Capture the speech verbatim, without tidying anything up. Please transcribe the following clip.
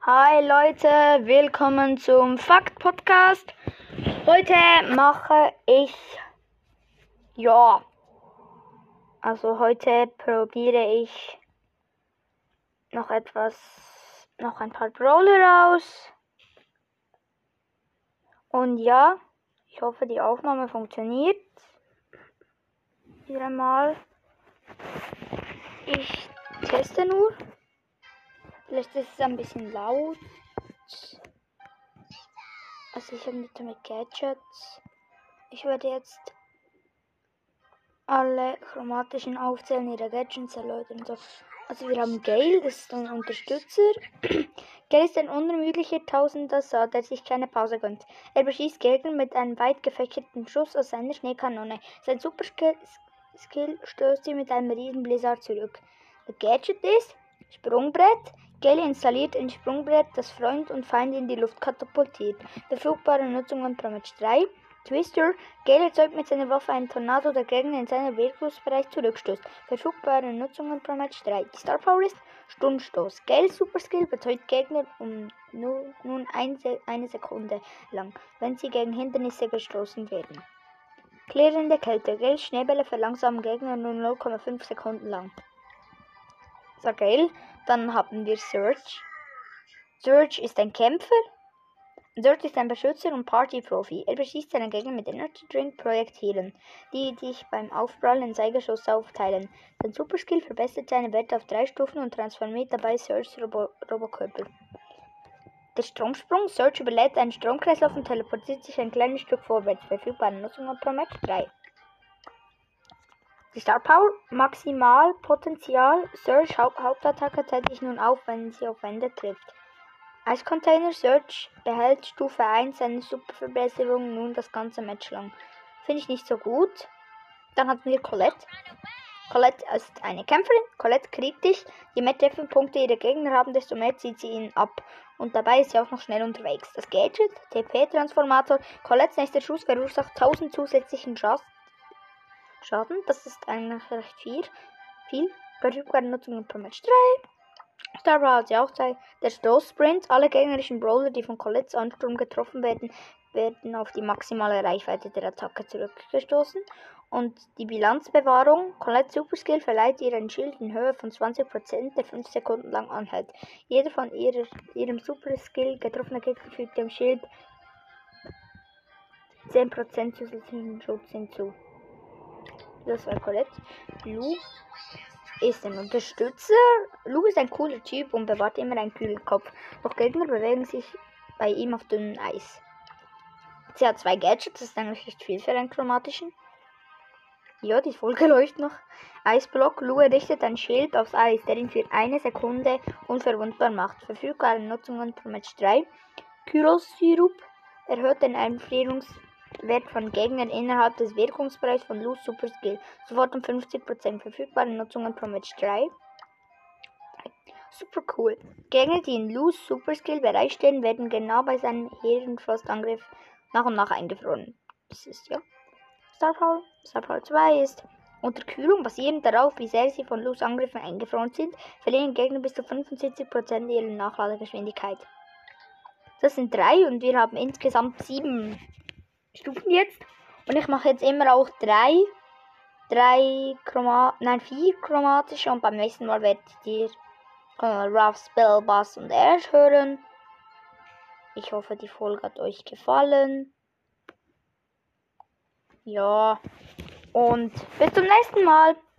Hi Leute, willkommen zum Fakt Podcast. Heute mache ich, ja, also heute probiere ich noch etwas, noch ein paar Brawler aus. Und ja, ich hoffe die Aufnahme funktioniert. Wieder einmal. Ich teste nur. Vielleicht ist es ein bisschen laut. Also ich habe nicht mit Gadgets. Ich werde jetzt alle chromatischen Aufzählen ihrer Gadgets erläutern. So. Also wir haben Gale, das ist ein Unterstützer. Gale ist ein unermüdlicher Tausender, der sich keine Pause gönnt. Er beschießt Gegner mit einem weit gefächerten Schuss aus seiner Schneekanone. Sein Superskill stößt sie mit einem riesen Blizzard zurück. Das Gadget ist Sprungbrett. Gale installiert ein Sprungbrett, das Freund und Feind in die Luft katapultiert. Verfügbare Nutzungen pro Match drei. Twister. Gale erzeugt mit seiner Waffe einen Tornado, der Gegner in seinen Wirkungsbereich zurückstößt. Verfügbare Nutzungen pro Match drei. Die Star Power ist Sturmstoß. Gale Superskill betäubt Gegner um nu, nun ein Se eine Sekunde lang, wenn sie gegen Hindernisse gestoßen werden. Klärende Kälte. Gales Schneebälle verlangsamen Gegner nur null Komma fünf Sekunden lang. So Gale. Dann haben wir Surge. Surge ist ein Kämpfer. Surge ist ein Beschützer und Party-Profi. Er beschießt seinen Gegner mit Energy Drink Projektilen, die sich beim Aufprall in zwei Geschosse aufteilen. Sein Superskill verbessert seine Werte auf drei Stufen und transformiert dabei Surges Robo Robokörper. Der Stromsprung. Surge überlädt einen Stromkreislauf und teleportiert sich ein kleines Stück vorwärts. Verfügbare Nutzung pro Match drei. Die Star Power, Maximalpotenzial. Surge Haupt Hauptattacke teilt sich nun auf, wenn sie auf Wände trifft. Eiscontainer. Surge behält Stufe eins seine Superverbesserung nun das ganze Match lang. Finde ich nicht so gut. Dann hatten wir Colette. Colette ist eine Kämpferin. Colette kriegt dich. Je mehr Trefferpunkte ihre Gegner haben, desto mehr zieht sie ihn ab. Und dabei ist sie auch noch schnell unterwegs. Das Gadget, T P-Transformator. Colettes nächster Schuss verursacht tausend zusätzlichen Schaden. Schaden. Das ist eigentlich recht viel. viel. Verfügbare Nutzung pro Match drei. Star Power hat sie auch zwei. Der Stoßsprint. Alle gegnerischen Brawler, die von Colettes Ansturm getroffen werden, werden auf die maximale Reichweite der Attacke zurückgestoßen. Und die Bilanzbewahrung. Colettes Superskill verleiht ihr ein Schild in Höhe von zwanzig Prozent, der fünf Sekunden lang anhält. Jeder von ihrer, ihrem Superskill getroffene Gegner fügt dem Schild zehn Prozent zusätzlichen Schutz hinzu. Das war Colette. Lu ist ein Unterstützer. Lu ist ein cooler Typ und bewahrt immer einen kühlen Kopf. Doch Gegner bewegen sich bei ihm auf dünnem Eis. Sie hat zwei Gadgets, das ist eigentlich recht viel für einen chromatischen. Ja, die Folge läuft noch. Eisblock. Lu errichtet ein Schild aufs Eis, der ihn für eine Sekunde unverwundbar macht. Verfügbare Nutzungen pro Match drei. Kyros-Sirup erhöht den Einfrierungswert von Gegnern innerhalb des Wirkungsbereichs von Lu's Superskill. Sofort um fünfzig Prozent. Verfügbare Nutzungen pro Match drei. Super cool. Gegner, die in Lu's Superskill bereitstehen, werden genau bei seinem Herrenfrostangriff nach und nach eingefroren. Das ist ja Star Power. Star Power zwei ist Unterkühlung. Basierend darauf, wie sehr sie von Lu's Angriffen eingefroren sind, verlieren Gegner bis zu fünfundsiebzig Prozent ihrer Nachladegeschwindigkeit. Das sind drei und wir haben insgesamt sieben Stufen jetzt. Und ich mache jetzt immer auch drei, drei Chroma, nein, vier chromatische und beim nächsten Mal werdet ihr Ruff, Spell, Bass und Ash hören. Ich hoffe, die Folge hat euch gefallen. Ja, und bis zum nächsten Mal.